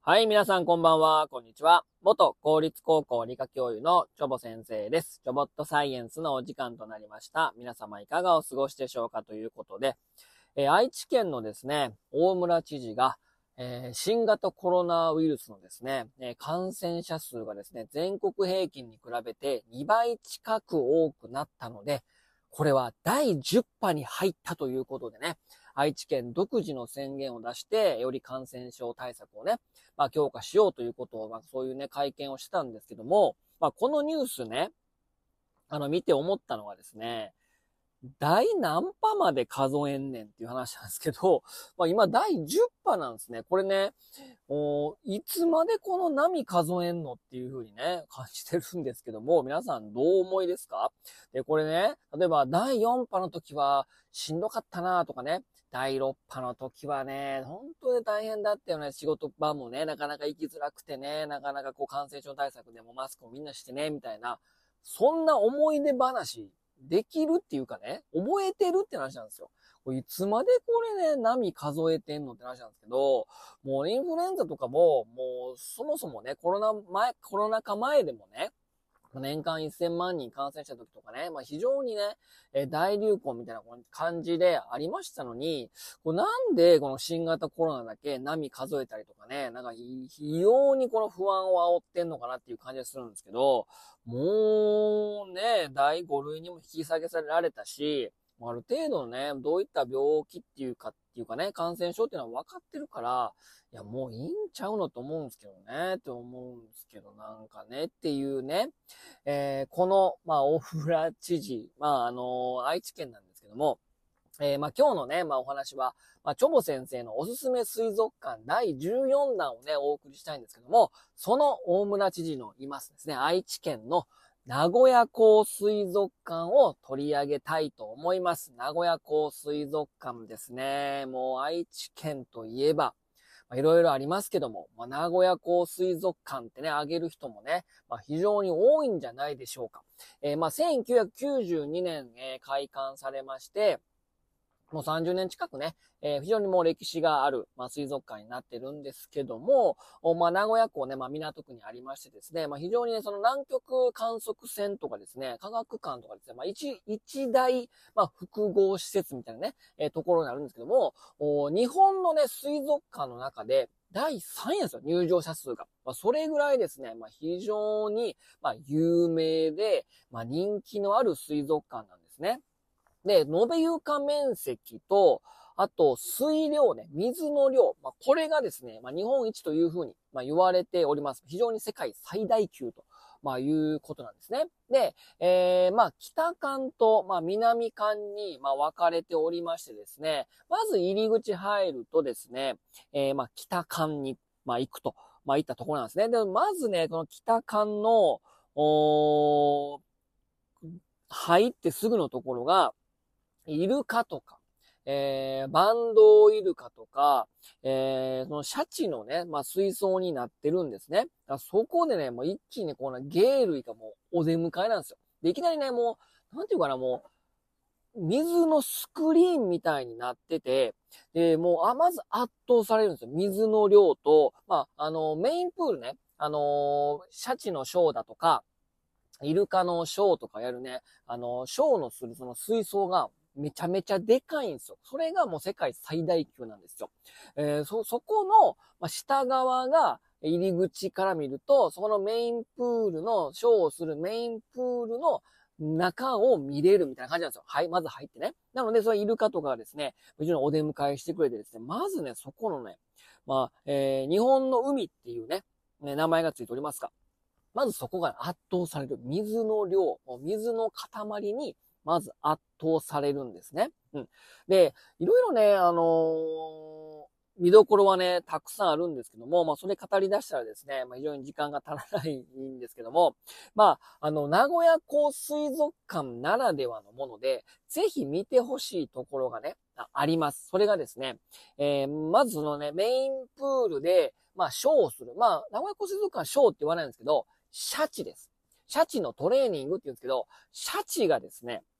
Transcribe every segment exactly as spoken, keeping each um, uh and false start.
はい、皆さんこんばんは、こんにちは。元公立高校理科教諭のチョボ先生です。チョボットサイエンスのお時間となりました。皆様いかがお過ごしでしょうかということで、えー愛知県のですね、大村知事が、えー新型コロナウイルスのですね、えー感染者数がですね、全国平均に比べてにばい近く多くなったので、これはだいじゅっ波に入ったということでね、愛知県独自の宣言を出して、より感染症対策をね、まあ強化しようということを、まあそういうね、会見をしてたんですけども、まあこのニュースね、あの見て思ったのがですね、第何波まで数えんねんっていう話なんですけど、まあ今だいじゅっ波なんですね。これね、おいつまでこの波数えんのっていう風にね、感じてるんですけども、皆さんどう思いですか？で、これね、例えばだいよん波の時はしんどかったなとかね、だいろく波の時はね、本当に大変だったよね。仕事場もね、なかなか行きづらくてね、なかなかこう感染症対策でもマスクをみんなしてね、みたいな、そんな思い出話できるっていうかね、覚えてるって話なんですよ。いつまでこれね、波数えてんのって話なんですけど、もうインフルエンザとかも、もうそもそもね、コロナ前、コロナ禍前でもね、年間せんまんにん感染した時とかね、まあ非常にね、えー大流行みたいな感じでありましたのに、こうなんでこの新型コロナだけ波数えたりとかね、なんか異様にこの不安を煽ってんのかなっていう感じがするんですけど、もうね、だいご類にも引き下げられたし、ある程度のね、どういった病気っていうかっていうかね、感染症っていうのは分かってるから、いや、もういいんちゃうのと思うんですけどね、って思うんですけど、なんかね、っていうね、えーこの、まあ、大村知事、まあ、あの愛知県なんですけども、えーまあ、今日のね、まあ、お話は、まあ、チョボ先生のおすすめ水族館だいじゅうよんだんをね、お送りしたいんですけども、その大村知事のいますですね、愛知県の名古屋港水族館を取り上げたいと思います。名古屋港水族館ですね。もう愛知県といえば、まあ、いろいろありますけども、まあ、名古屋港水族館ってね、あげる人もね、まあ、非常に多いんじゃないでしょうか。えーまあ、せんきゅうひゃくきゅうじゅうにねん、えー開館されまして、もうさんじゅうねん近くね、えー、非常にもう歴史がある、まあ、水族館になってるんですけども、まあ、名古屋港ね、まあ、港区にありましてですね、まあ、非常にね、その南極観測船とかですね、科学館とかですね、まあ、一、一大、まあ、複合施設みたいなね、えー、ところになるんですけども、日本のね、水族館の中で、だいさんいなんですよ、入場者数が。まあ、それぐらいですね、まあ、非常に、まあ、有名で、まあ、人気のある水族館なんですね。で、延べ床面積と、あと、水量ね、水の量。まあ、これがですね、まあ、日本一というふうに、まあ、言われております。非常に世界最大級と、まあ、いうことなんですね。で、えー、まあ、北館と、まあ、南館に、まあ、分かれておりましてですね、まず入り口入るとですね、えー、まあ、北館に、まあ、行くと、まあ、行ったところなんですね。で、まずね、この北館の、おー入ってすぐのところが、イルカとか、えー、バンドウイルカとか、えー、そのシャチのね、まあ、水槽になってるんですね。だからそこでね、もう一気にね、このゲー類がもうお出迎えなんですよ。で、いきなりね、もう、なんていうかな、もう、水のスクリーンみたいになってて、で、もう、あ、まず圧倒されるんですよ。水の量と、まあ、あの、メインプールね、あのシャチのショーだとか、イルカのショーとかやるね、あの、ショーのするその水槽がめちゃめちゃでかいんですよ。それがもう世界最大級なんですよ。えー、そ、そこの、まあ、下側が入り口から見ると、そこのメインプールの、ショーをするメインプールの中を見れるみたいな感じなんですよ。はい、まず入ってね。なので、そのイルカとかがですね、もちろんお出迎えしてくれてですね、まずね、そこのね、まあ、えー、日本の海っていうね、ね、名前がついておりますが、まずそこが圧倒される。水の量、水の塊に、まず圧倒されるんですね。うん。で、いろいろね、あのー見どころはね、たくさんあるんですけども、まあ、それ語り出したらですね、まあ、非常に時間が足らないんですけども、まあ、あの、名古屋港水族館ならではのもので、ぜひ見てほしいところがね、ああります。それがですね、えー、まずそのね、メインプールで、まあ、ショーをする。まあ、名古屋港水族館はショーって言わないんですけど、シャチです。シャチのトレーニングって言うんですけど、シャチがですね、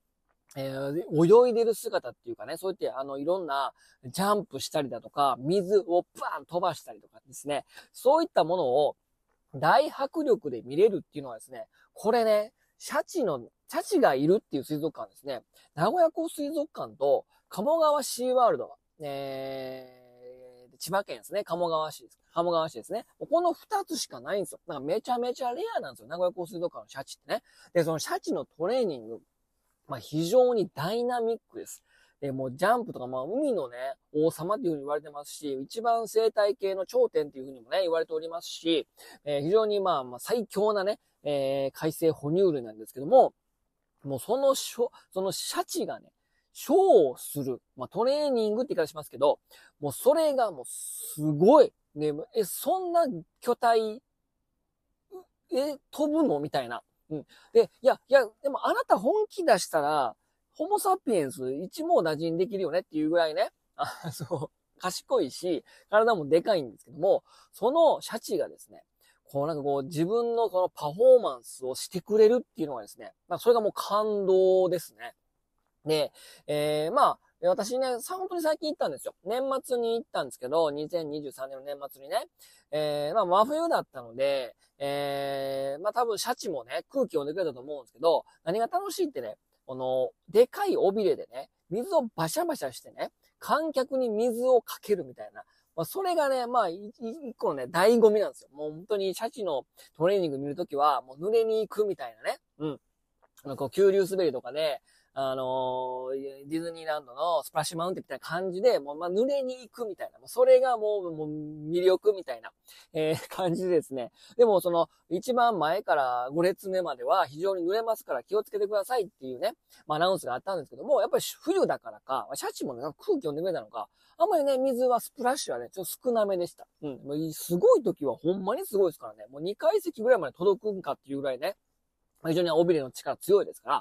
えー、泳いでる姿っていうかね、そういってあのいろんなジャンプしたりだとか、水をバーン飛ばしたりとかですね、そういったものを大迫力で見れるっていうのはですね、これね、シャチの、シャチがいるっていう水族館ですね。名古屋港水族館と鴨川シーワールド、えー、千葉県ですね。鴨川市です。鴨川市ですね。この二つしかないんですよ。だからめちゃめちゃレアなんですよ。名古屋港水族館のシャチってね。で、そのシャチのトレーニング、まあ非常にダイナミックです。で、もうジャンプとか、まあ海のね、王様っていうふうに言われてますし、一番生態系の頂点っていうふうにもね、言われておりますし、えー、非常にまあ、まあ最強なね、えー、海生哺乳類なんですけども、もうそのショ、そのシャチがね、ショーをする。まあトレーニングって言い方しますけど、もうそれがもうすごい。ね、え、そんな巨体、え、飛ぶのみたいな。うん。で、いや、いや、でもあなた本気出したら、ホモサピエンス一網打尽できるよねっていうぐらいね、あそう、賢いし、体もでかいんですけども、そのシャチがですね、こうなんかこう自分のこのパフォーマンスをしてくれるっていうのがですね、まあそれがもう感動ですね。で、えー、まあ、私ね、さ、本当に最近行ったんですよ。年末に行ったんですけど、にせんにじゅうさんねんの年末にね、えー、まあ真冬だったので、えー、まあ多分シャチもね、空気を読んでくれたと思うんですけど、何が楽しいってね、この、でかい尾びれでね、水をバシャバシャしてね、観客に水をかけるみたいな。まあそれがね、まあ一個のね、醍醐味なんですよ。もう本当にシャチのトレーニング見るときは、もう濡れに行くみたいなね。うん。あの、こう、急流滑りとかで、あのー、ディズニーランドのスプラッシュマウンテンみたいな感じで、もう、まあ、濡れに行くみたいな。もうそれがもう、もう、魅力みたいな、えー、感じですね。でも、その、一番前からご列目までは非常に濡れますから気をつけてくださいっていうね、まあ、アナウンスがあったんですけども、やっぱり冬だからか、シャチもね、空気読んでくれたのか、あんまりね、水は、スプラッシュはね、ちょっと少なめでした。うん。すごい時はほんまにすごいですからね。もうにかい席ぐらいまで届くんかっていうぐらいね、非常に尾びれの力強いですから、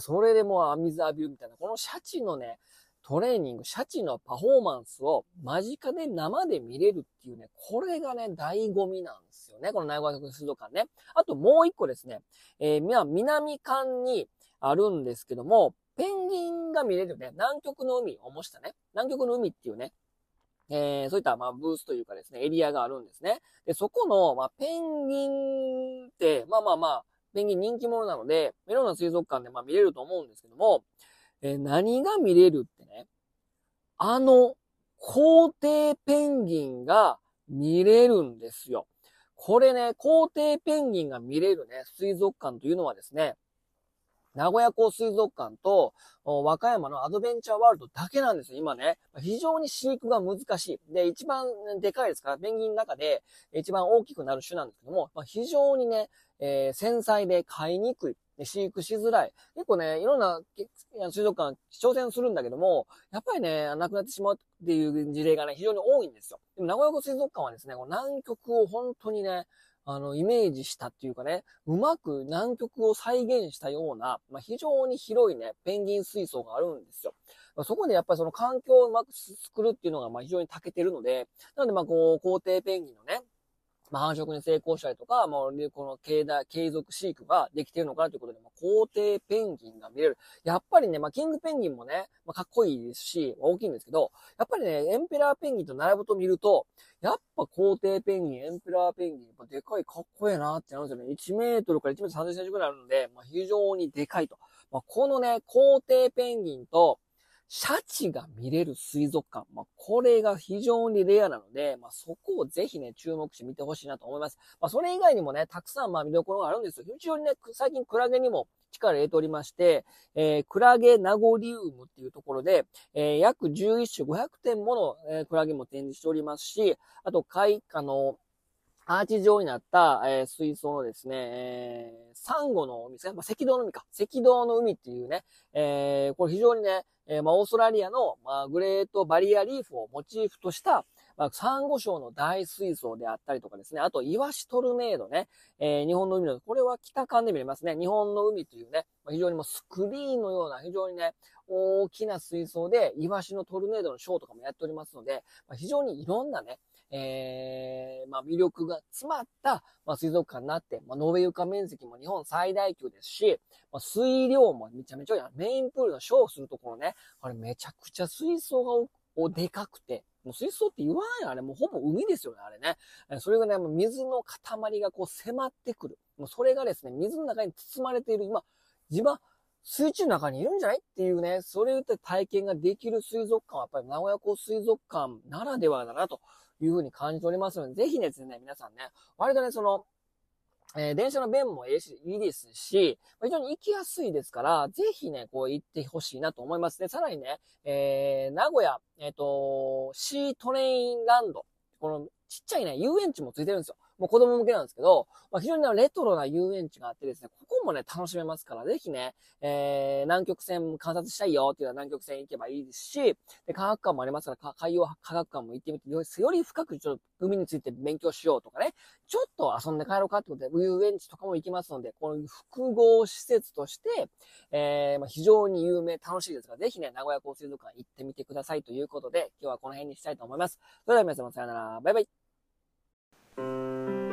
それでもう水浴びるみたいな、このシャチのね、トレーニング、シャチのパフォーマンスを間近で生で見れるっていうね、これがね、醍醐味なんですよね。この名古屋水族館ね。あともう一個ですね、えー、南館にあるんですけども、ペンギンが見れるね、南極の海を模したね、南極の海っていうね、えー、そういった、まあ、ブースというかですね、エリアがあるんですね。で、そこの、まあ、ペンギンって、まあまあまあ、ペンギン人気者なので、いろんな水族館でまあ見れると思うんですけども、えー何が見れるってね、あの、皇帝ペンギンが見れるんですよ。これね、皇帝ペンギンが見れるね、水族館というのはですね、名古屋港水族館と和歌山のアドベンチャーワールドだけなんですよ、今ね。非常に飼育が難しい。で、一番でかいですから、ペンギンの中で一番大きくなる種なんですけども、まあ、非常にね、えー、繊細で飼いにくい。飼育しづらい。結構ね、いろんな水族館挑戦するんだけども、やっぱりね、亡くなってしまうっていう事例がね、非常に多いんですよ。でも名古屋港水族館はですね、この南極を本当にね、あの、イメージしたっていうかね、うまく南極を再現したような、まあ、非常に広いね、ペンギン水槽があるんですよ。まあ、そこでやっぱりその環境をうまく作るっていうのが、まあ、非常に長けてるので、なので、まあ、こう、皇帝ペンギンのね、まあ、繁殖に成功したりとか、まあ、この継続、継続飼育ができているのかなということで、まあ、皇帝ペンギンが見れる。やっぱりね、まあ、キングペンギンもね、まあ、かっこいいですし、大きいんですけど、やっぱりね、エンペラーペンギンと並ぶと見ると、やっぱ皇帝ペンギン、エンペラーペンギン、やっぱでかいかっこええなってなるんですよね。いちメートルからいちメートルさんじゅっセンチぐらいあるので、まあ、非常にでかいと。まあ、このね、皇帝ペンギンと、シャチが見れる水族館。まあ、これが非常にレアなので、まあ、そこをぜひね、注目して見てほしいなと思います。まあ、それ以外にもね、たくさんまあ見どころがあるんですよ。非常にね、最近クラゲにも力入れておりまして、えー、クラゲナゴリウムっていうところで、えー、約じゅういっしゅごひゃくてんもの、えー、クラゲも展示しておりますし、あと、海、あの、アーチ状になった、えー、水槽のですね、えー、サンゴの海ですね。まあ、赤道の海か。赤道の海っていうね、えー、これ非常にね、えー、まあ、オーストラリアの、まあ、グレートバリアリーフをモチーフとした、まあ、サンゴ礁の大水槽であったりとかですね。あと、イワシトルネードね。えー、日本の海の、これは北間で見れますね。日本の海というね、まあ、非常にもうスクリーンのような、非常にね、大きな水槽で、イワシのトルネードのショーとかもやっておりますので、まあ、非常にいろんなね、 えー、まあ魅力が詰まった、まあ水族館になって、まあ延べ床面積も日本最大級ですし、まあ水量もめちゃめちゃ多い。メインプールのショーするところね、あれめちゃくちゃ水槽がおでかくて、もう水槽って言わんやん、あれもうほぼ海ですよね、あれね。それがね、もう水の塊がこう迫ってくる。もうそれがですね、水の中に包まれている、今、自分は水中の中にいるんじゃないっていうね、それを体験ができる水族館はやっぱり名古屋港水族館ならではだなというふうに感じておりますので、ぜひですね、皆さんね、割とね、その、えー、電車の便もいいし、いいですし、非常に行きやすいですから、ぜひね、こう行ってほしいなと思います。で、さらにね、えー、名古屋、えっと、シートレインランド、このちっちゃいね、遊園地もついてるんですよ。もう子供向けなんですけど、まあ、非常に、ね、レトロな遊園地があってですね、ここもね、楽しめますから、ぜひね、えー、南極線観察したいよっていうのは南極線行けばいいですし、で、科学館もありますから、海洋科学館も行ってみて、より深くちょっと海について勉強しようとかね、ちょっと遊んで帰ろうかってことで、遊園地とかも行きますので、この複合施設として、えー、まあ、非常に有名、楽しいですから、ぜひね、名古屋港水族館行ってみてくださいということで、今日はこの辺にしたいと思います。それでは皆様さようなら、バイバイ。